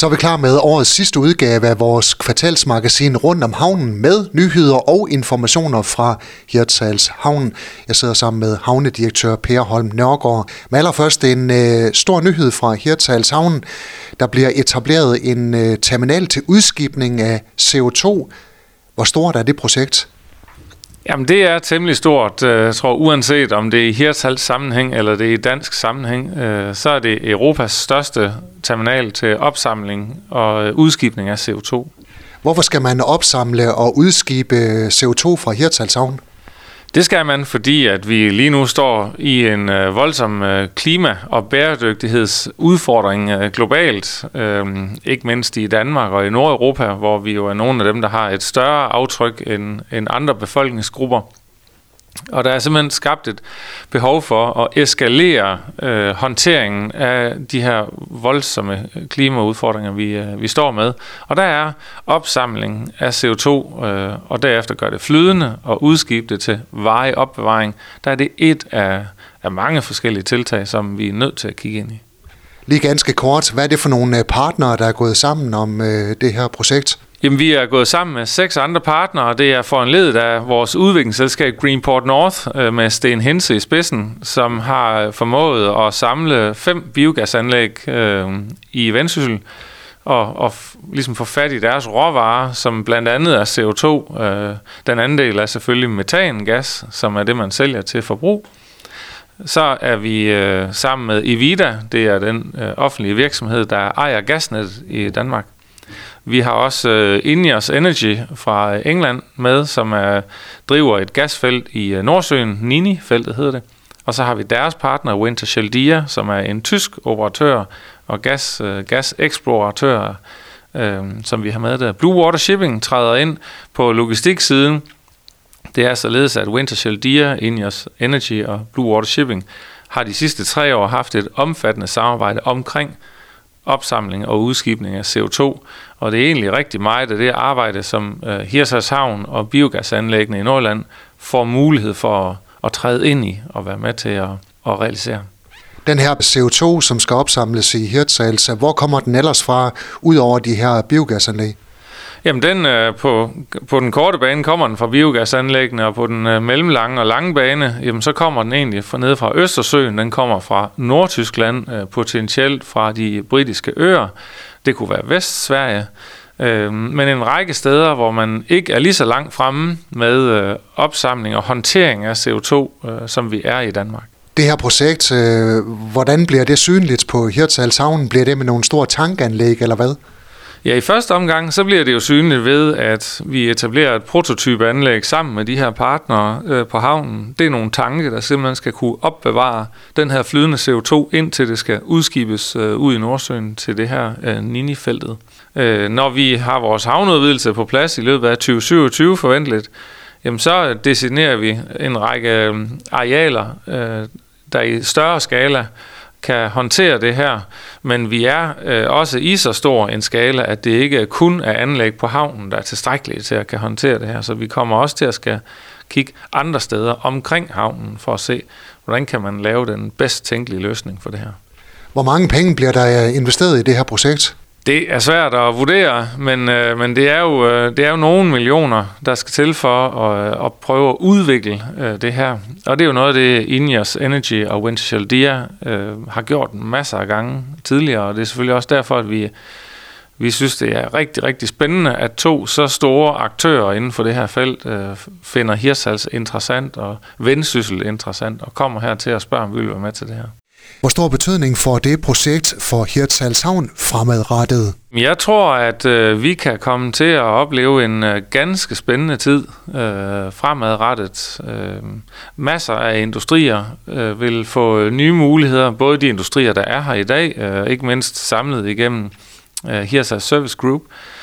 Så er vi klar med årets sidste udgave af vores kvartalsmagasin Rundt om havnen med nyheder og informationer fra Hirtshals Havn. Jeg sidder sammen med havnedirektør Per Holm Nørgaard. Men allerførst en stor nyhed fra Hirtshals Havn. Der bliver etableret en terminal til udskibning af CO2. Hvor stort er det projekt? Jamen det er temmelig stort. Jeg tror uanset om det er i Hirtshals sammenhæng eller det er i dansk sammenhæng, så er det Europas største terminal til opsamling og udskibning af CO2. Hvorfor skal man opsamle og udskibe CO2 fra Hirtshals Havn? Det skal man, fordi at vi lige nu står i en voldsom klima- og bæredygtighedsudfordring globalt. Ikke mindst i Danmark og i Nordeuropa, hvor vi jo er nogle af dem, der har et større aftryk end andre befolkningsgrupper. Og der er simpelthen skabt et behov for at eskalere håndteringen af de her voldsomme klimaudfordringer, vi står med. Og der er opsamling af CO2, og derefter gør det flydende og udskibe det til varig opbevaring. Der er det et af mange forskellige tiltag, som vi er nødt til at kigge ind i. Lige ganske kort, hvad er det for nogle partnere, der er gået sammen om det her projekt? Jamen, vi er gået sammen med 6 andre partnere. Det er foranledet af vores udviklingsselskab Greenport North med Sten Hense i spidsen, som har formået at samle 5 biogasanlæg i Vendsyssel og ligesom få fat i deres råvarer, som blandt andet er CO2. Den anden del er selvfølgelig metangas, som er det, man sælger til forbrug. Så er vi sammen med Evida, det er den offentlige virksomhed, der ejer gasnettet i Danmark. Vi har også Ineos Energy fra England med, som driver et gasfelt i Nordsøen, Nini-feltet hedder det. Og så har vi deres partner Wintershall Dea, som er en tysk operatør og gaseksploratør, som vi har med der. Blue Water Shipping træder ind på logistiksiden. Det er således, at Wintershall Dea, Ineos Energy og Blue Water Shipping har de sidste 3 år haft et omfattende samarbejde omkring opsamling og udskibning af CO2, og det er egentlig rigtig meget af det arbejde, som Hirtshals Havn og biogasanlæggene i Nordjylland får mulighed for at træde ind i og være med til at realisere. Den her CO2, som skal opsamles i Hirtshals, hvor kommer den ellers fra, ud over de her biogasanlæg? Jamen på den korte bane kommer den fra biogasanlæggene, og på den mellemlange og lange bane, jamen så kommer den egentlig nede fra Østersøen. Den kommer fra Nordtyskland, potentielt fra de britiske øer. Det kunne være Vestsverige. Men en række steder, hvor man ikke er lige så langt fremme med opsamling og håndtering af CO2, som vi er i Danmark. Det her projekt, hvordan bliver det synligt på Hirtshals Havn? Bliver det med nogle store tankanlæg, eller hvad? Ja, i første omgang, så bliver det jo synligt ved, at vi etablerer et prototypeanlæg sammen med de her partnere på havnen. Det er nogle tanke, der simpelthen skal kunne opbevare den her flydende CO2, indtil det skal udskibes ud i Nordsøen til det her Nini-feltet. Når vi har vores havneudvidelse på plads i løbet af 2027 forventeligt, jamen så designerer vi en række arealer, der i større skala kan håndtere det her, men vi er også i så stor en skala, at det ikke kun er anlæg på havnen, der er tilstrækkeligt til at kan håndtere det her, så vi kommer også til at skal kigge andre steder omkring havnen for at se, hvordan kan man lave den bedst tænkelige løsning for det her. Hvor mange penge bliver der investeret i det her projekt? Det er svært at vurdere, men det er jo nogle millioner, der skal til for at prøve at udvikle det her. Og det er jo noget af det, Ineos Energy og Wintershall Dea har gjort masser af gange tidligere, og det er selvfølgelig også derfor, at vi synes, det er rigtig, rigtig spændende, at 2 så store aktører inden for det her felt finder Hirtshals interessant og Vendsyssel interessant, og kommer her til at spørge, om vi vil være med til det her. Hvor stor betydning får det projekt for Hirtshals Havn fremadrettet? Jeg tror, at vi kan komme til at opleve en ganske spændende tid fremadrettet. Masser af industrier vil få nye muligheder, både de industrier, der er her i dag, ikke mindst samlet igennem Hirtshals Service Group,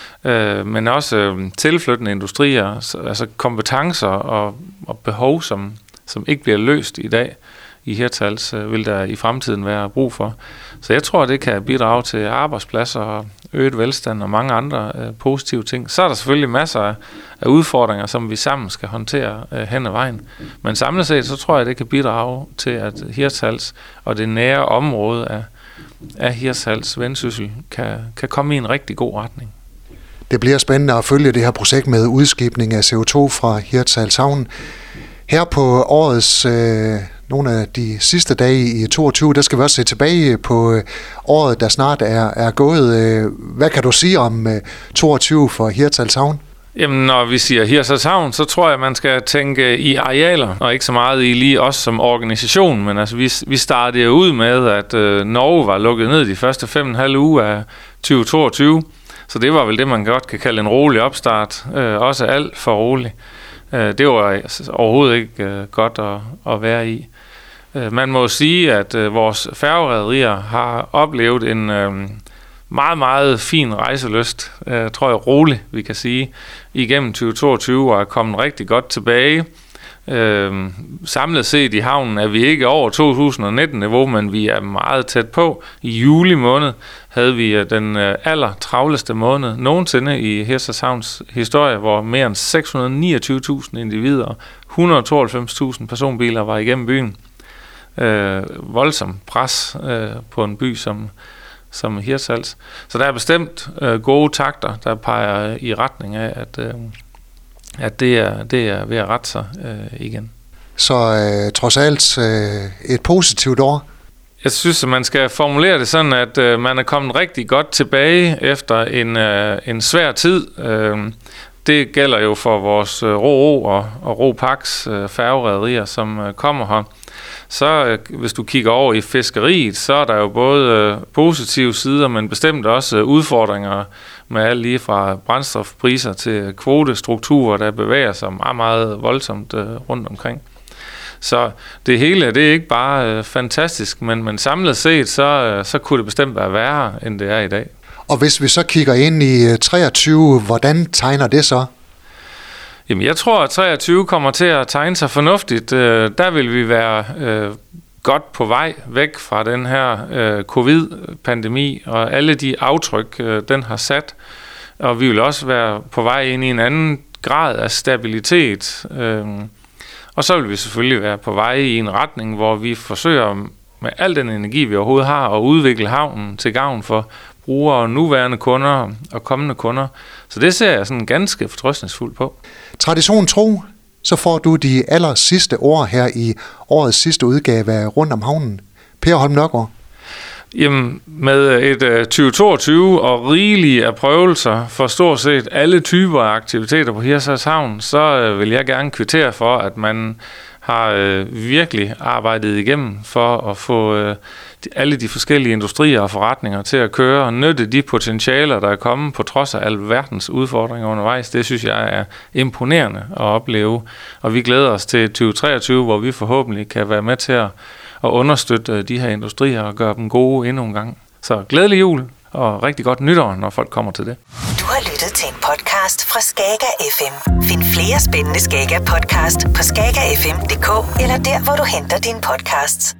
men også tilflyttende industrier, altså kompetencer og behov, som ikke bliver løst i dag. I Hirtshals vil der i fremtiden være brug for. Så jeg tror, det kan bidrage til arbejdspladser og øget velstand og mange andre positive ting. Så er der selvfølgelig masser af udfordringer, som vi sammen skal håndtere hen ad vejen. Men samlet set, så tror jeg, det kan bidrage til, at Hirtshals og det nære område af Hirtshals Vendsyssel kan komme i en rigtig god retning. Det bliver spændende at følge det her projekt med udskibning af CO2 fra Hirtshals Havn. Her på årets nogle af de sidste dage i 2022, der skal vi også se tilbage på året, der snart er gået. Hvad kan du sige om 2022 for Hirtshals Havn? Jamen, når vi siger Hirtshals Havn, så tror jeg, man skal tænke i arealer, og ikke så meget i lige os som organisation. Men altså, vi startede jo ud med, at Norge var lukket ned de første 5,5 uger af 2022. Så det var vel det, man godt kan kalde en rolig opstart. Også alt for rolig. Det var overhovedet ikke godt at være i. Man må sige, at vores færgerederier har oplevet en meget, meget fin rejselyst, tror jeg roligt, vi kan sige, igennem 2022 og er kommet rigtig godt tilbage. Samlet set i havnen er vi ikke over 2019-niveau, men vi er meget tæt på. I juli måned havde vi den allertravleste måned nogensinde i Hirtshals Havns historie, hvor mere end 629.000 individer og 192.000 personbiler var igennem byen. Voldsom pres på en by som Hirtshals. Så der er bestemt gode takter, der peger i retning af, at det er ved at rette sig igen. Så trods alt et positivt år? Jeg synes, at man skal formulere det sådan, at man er kommet rigtig godt tilbage efter en svær tid. Det gælder jo for vores Ro og Ro-Pax færgerederier, som kommer her. Så hvis du kigger over i fiskeriet, så er der jo både positive sider, men bestemt også udfordringer med alt lige fra brændstofpriser til kvotestrukturer, der bevæger sig meget, meget voldsomt rundt omkring. Så det hele, det er ikke bare fantastisk, men samlet set, så kunne det bestemt være værre, end det er i dag. Og hvis vi så kigger ind i 23, hvordan tegner det så? Jamen, jeg tror, at 23 kommer til at tegne sig fornuftigt. Der vil vi være godt på vej væk fra den her covid-pandemi og alle de aftryk, den har sat. Og vi vil også være på vej ind i en anden grad af stabilitet. Og så vil vi selvfølgelig være på vej i en retning, hvor vi forsøger med al den energi, vi overhovedet har, at udvikle havnen til gavn for brugere, nuværende kunder og kommende kunder. Så det ser jeg sådan ganske fortrøstningsfuldt på. Tradition tro, så får du de aller sidste ord her i årets sidste udgave af Rundt om Havnen. Per Holm Nørgaard. Jamen, med et 2022 og rigelige af prøvelser for stort set alle typer af aktiviteter på Hirtshals Havn, så vil jeg gerne kvittere for, at man har virkelig arbejdet igennem for at få alle de forskellige industrier og forretninger til at køre og nytte de potentialer, der er kommet på trods af alverdens udfordringer undervejs. Det synes jeg er imponerende at opleve, og vi glæder os til 2023, hvor vi forhåbentlig kan være med til at understøtte de her industrier og gøre dem gode endnu en gang. Så glædelig jul og rigtig godt nytår, når folk kommer til det. Du har lyttet til en podcast fra Skager FM. Find flere spændende Skager podcast på skagerfm.dk eller der, hvor du henter dine podcasts.